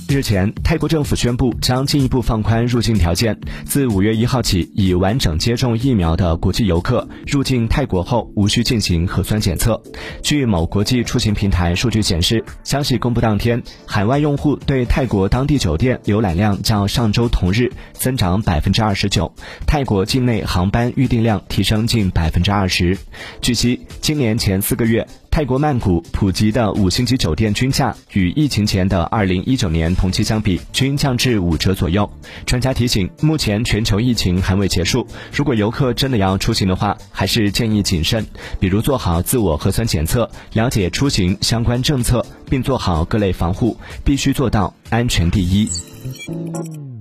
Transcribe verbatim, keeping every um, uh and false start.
日前，泰国政府宣布将进一步放宽入境条件，自五月一号起，已完整接种疫苗的国际游客入境泰国后无需进行核酸检测。据某国际出行平台数据显示，消息公布当天，海外用户对泰国当地酒店浏览量较上周同日增长百分之二十九，泰国境内航班预订量提升近百分之二十。据悉，今年前四个月，泰国曼谷普及的五星级酒店均价与疫情前的二零一九年同期相比，均降至五折左右。专家提醒，目前全球疫情还未结束，如果游客真的要出行的话，还是建议谨慎，比如做好自我核酸检测，了解出行相关政策，并做好各类防护，必须做到安全第一。